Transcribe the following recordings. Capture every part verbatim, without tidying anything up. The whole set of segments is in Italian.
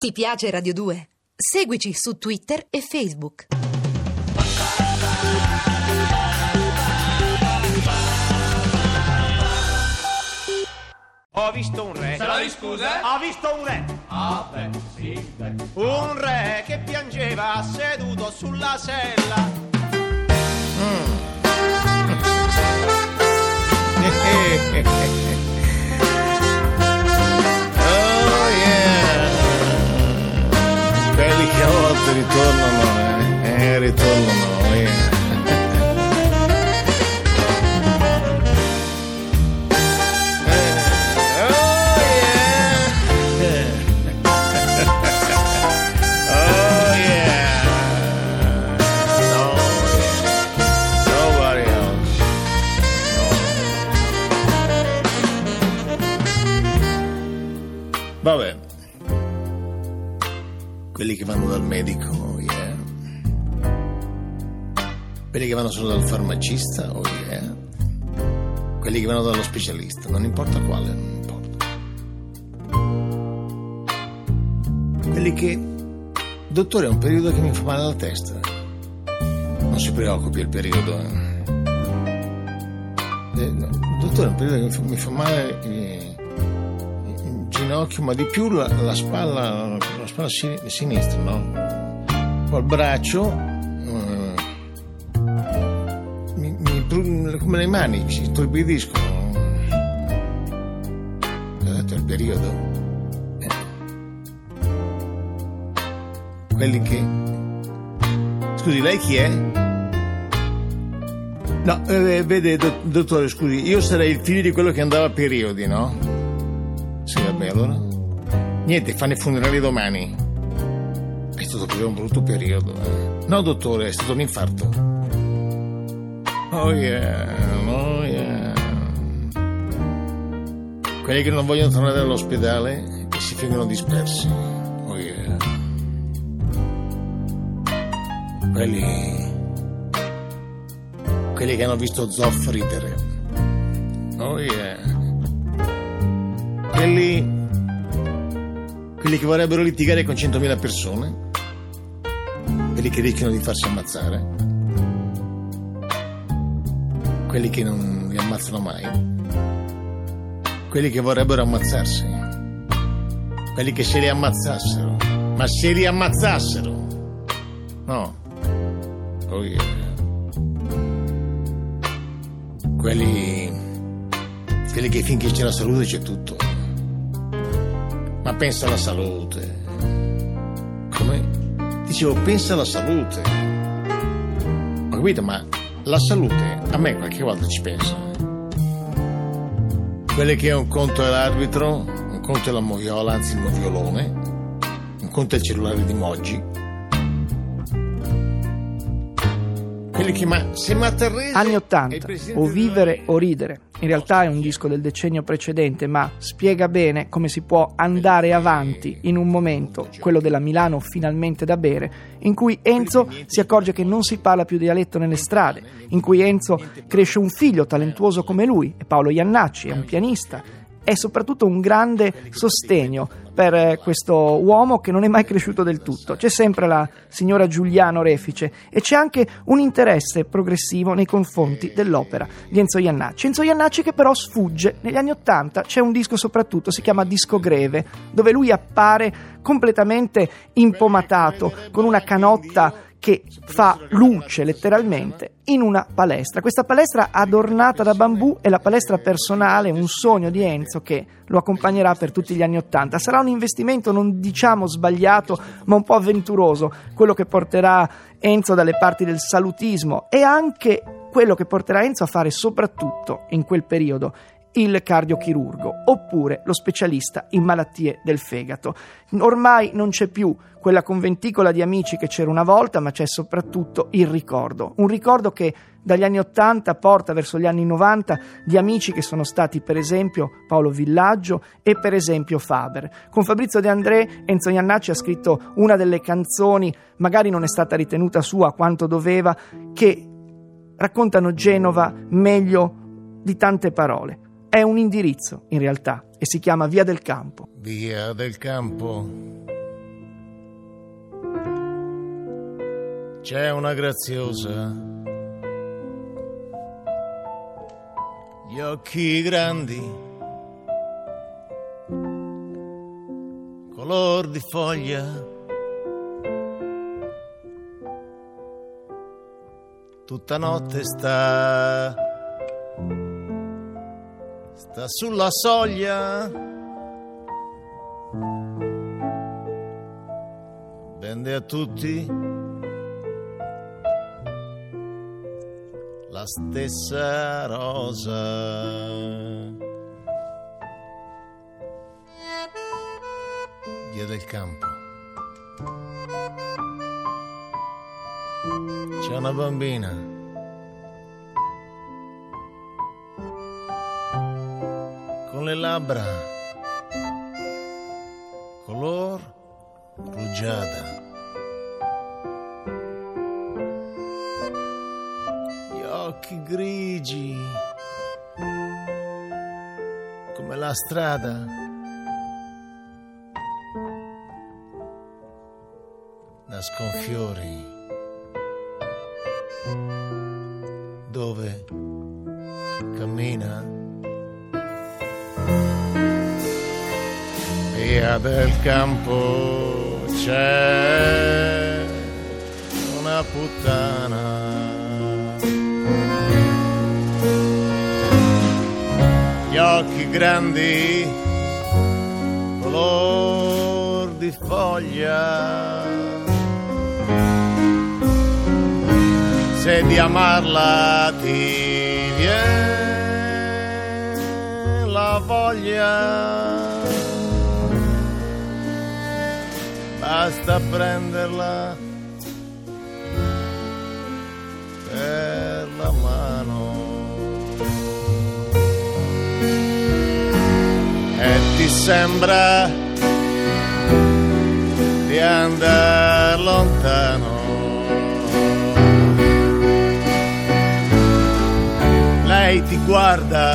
Ti piace Radio due? Seguici su Twitter e Facebook. Ho visto un re. Se la scusa? Ho visto un re. Ah, beh, sì, beh. Un re che piangeva seduto sulla sella. Mm. Oh yeah. Quelli che a volte ritornano, eh, eh ritornano, yeah. Vabbè, quelli che vanno dal medico, yeah. Quelli che vanno solo dal farmacista, oh yeah. Quelli che vanno dallo specialista, non importa quale, non importa. Quelli che, dottore, è un periodo che mi fa male la testa. Non si preoccupi, è il periodo. Eh. Eh, no, dottore, è un periodo che mi fa, mi fa male... Eh. ginocchio, ma di più la, la spalla, la spalla sin- sinistra, no? Poi il braccio, uh, mi, mi, come le mani si intorbidiscono. Vedete il periodo? Eh. Quelli che... Scusi, lei chi è? No, eh, vede, dottore, scusi, io sarei il figlio di quello che andava a periodi, no? Sì, vabbè, allora niente, fanno i funerali domani. È stato così un brutto periodo, eh. No, dottore, è stato un infarto. Oh yeah, oh yeah. Quelli che non vogliono tornare all'ospedale e si fingono dispersi. Oh yeah. Quelli Quelli che hanno visto Zoff ridere. Oh yeah. Quelli, quelli che vorrebbero litigare con centomila persone, quelli che rischiano di farsi ammazzare, quelli che non li ammazzano mai, quelli che vorrebbero ammazzarsi, quelli che se li ammazzassero, ma se li ammazzassero, no, oh yeah. quelli, quelli che finché c'è la salute c'è tutto. Ma pensa alla salute. Come? Dicevo, pensa alla salute. Ho capito, ma la salute a me qualche volta ci pensa. Quelli che un conto è l'arbitro, un conto è la moviola, anzi il moviolone, un conto è il cellulare di Moggi. Quelli che ma se Mattarese anni ottanta, o vivere o ridere. In realtà è un disco del decennio precedente, ma spiega bene come si può andare avanti in un momento, quello della Milano finalmente da bere, in cui Enzo si accorge che non si parla più dialetto nelle strade, in cui Enzo cresce un figlio talentuoso come lui, e Paolo Iannacci è un pianista. È soprattutto un grande sostegno per questo uomo che non è mai cresciuto del tutto. C'è sempre la signora Giuliano Refice e c'è anche un interesse progressivo nei confronti dell'opera di Enzo Iannacci. Enzo Iannacci che però sfugge. Negli anni Ottanta c'è un disco soprattutto, si chiama Disco Greve, dove lui appare completamente impomatato, con una canotta che fa luce letteralmente in una palestra. Questa palestra adornata da bambù è la palestra personale, un sogno di Enzo che lo accompagnerà per tutti gli anni Ottanta. Sarà un investimento non diciamo sbagliato, ma un po' avventuroso, quello che porterà Enzo dalle parti del salutismo e anche quello che porterà Enzo a fare soprattutto in quel periodo il cardiochirurgo oppure lo specialista in malattie del fegato. Ormai non c'è più quella conventicola di amici che c'era una volta, ma c'è soprattutto il ricordo, un ricordo che dagli anni ottanta porta verso gli anni novanta di amici che sono stati per esempio Paolo Villaggio e per esempio Faber. Con Fabrizio De André Enzo Iannacci ha scritto una delle canzoni, magari non è stata ritenuta sua quanto doveva, che raccontano Genova meglio di tante parole. È un indirizzo, in realtà, e si chiama Via del Campo. Via del Campo, c'è una graziosa, gli occhi grandi, color di foglia, tutta notte sta, sta sulla soglia, vende a tutti la stessa rosa. Via del campo c'è una bambina con le labbra color rugiada, occhi grigi come la strada, nasconfiori dove cammina, via del campo c'è una puttana, gli occhi grandi, color di foglia, se di amarla ti viene la voglia, basta prenderla per la mano e ti sembra di andare lontano. Lei ti guarda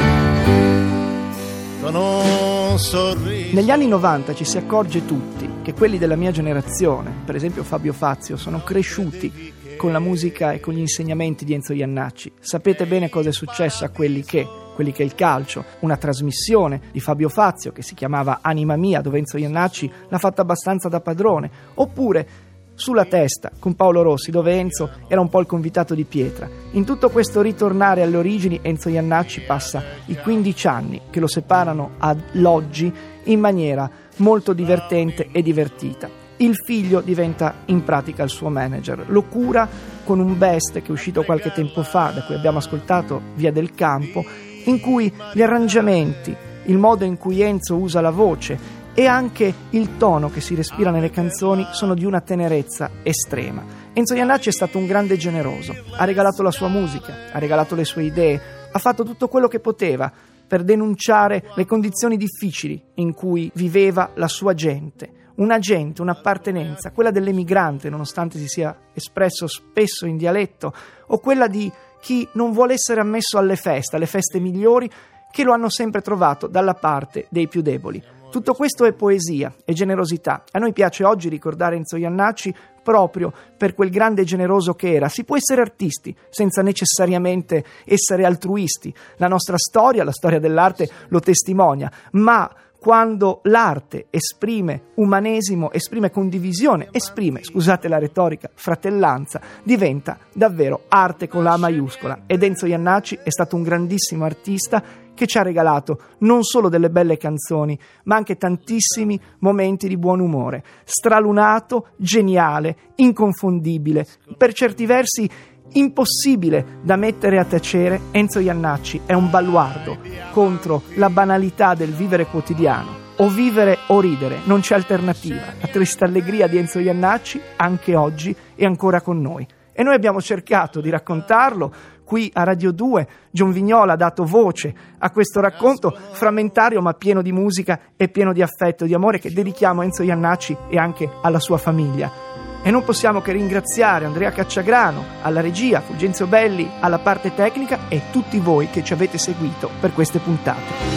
con un sorriso. Negli anni novanta ci si accorge tutti che quelli della mia generazione, per esempio Fabio Fazio, sono cresciuti con la musica e con gli insegnamenti di Enzo Jannacci. Sapete bene cosa è successo a quelli che, quelli che il calcio, una trasmissione di Fabio Fazio che si chiamava Anima Mia, dove Enzo Jannacci l'ha fatta abbastanza da padrone, oppure Sulla Testa con Paolo Rossi, dove Enzo era un po' il convitato di pietra. In tutto questo ritornare alle origini, Enzo Jannacci passa i quindici anni che lo separano all'oggi in maniera molto divertente e divertita. Il figlio diventa in pratica il suo manager, lo cura con un best che è uscito qualche tempo fa, da cui abbiamo ascoltato Via del Campo, in cui gli arrangiamenti, il modo in cui Enzo usa la voce e anche il tono che si respira nelle canzoni sono di una tenerezza estrema. Enzo Jannacci è stato un grande generoso, ha regalato la sua musica, ha regalato le sue idee, ha fatto tutto quello che poteva per denunciare le condizioni difficili in cui viveva la sua gente, una gente, un'appartenenza, quella dell'emigrante, nonostante si sia espresso spesso in dialetto, o quella di chi non vuole essere ammesso alle feste, alle feste migliori, che lo hanno sempre trovato dalla parte dei più deboli. Tutto questo è poesia e generosità. A noi piace oggi ricordare Enzo Jannacci proprio per quel grande generoso che era. Si può essere artisti senza necessariamente essere altruisti. La nostra storia, la storia dell'arte lo testimonia, ma quando l'arte esprime umanesimo, esprime condivisione, esprime, scusate la retorica, fratellanza, diventa davvero arte con la A maiuscola. Ed Enzo Jannacci è stato un grandissimo artista che ci ha regalato non solo delle belle canzoni, ma anche tantissimi momenti di buon umore. Stralunato, geniale, inconfondibile, per certi versi impossibile da mettere a tacere, Enzo Jannacci è un baluardo contro la banalità del vivere quotidiano. O vivere o ridere, non c'è alternativa. La triste allegria di Enzo Jannacci anche oggi è ancora con noi. E noi abbiamo cercato di raccontarlo qui a Radio due. John Vignola ha dato voce a questo racconto frammentario ma pieno di musica e pieno di affetto e di amore che dedichiamo a Enzo Jannacci e anche alla sua famiglia. E non possiamo che ringraziare Andrea Cacciagrano alla regia, Fulgenzio Belli alla parte tecnica e tutti voi che ci avete seguito per queste puntate.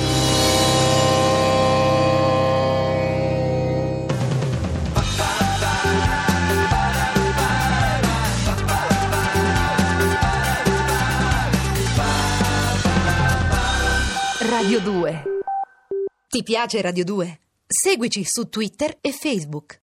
Radio due. Ti piace Radio due? Seguici su Twitter e Facebook.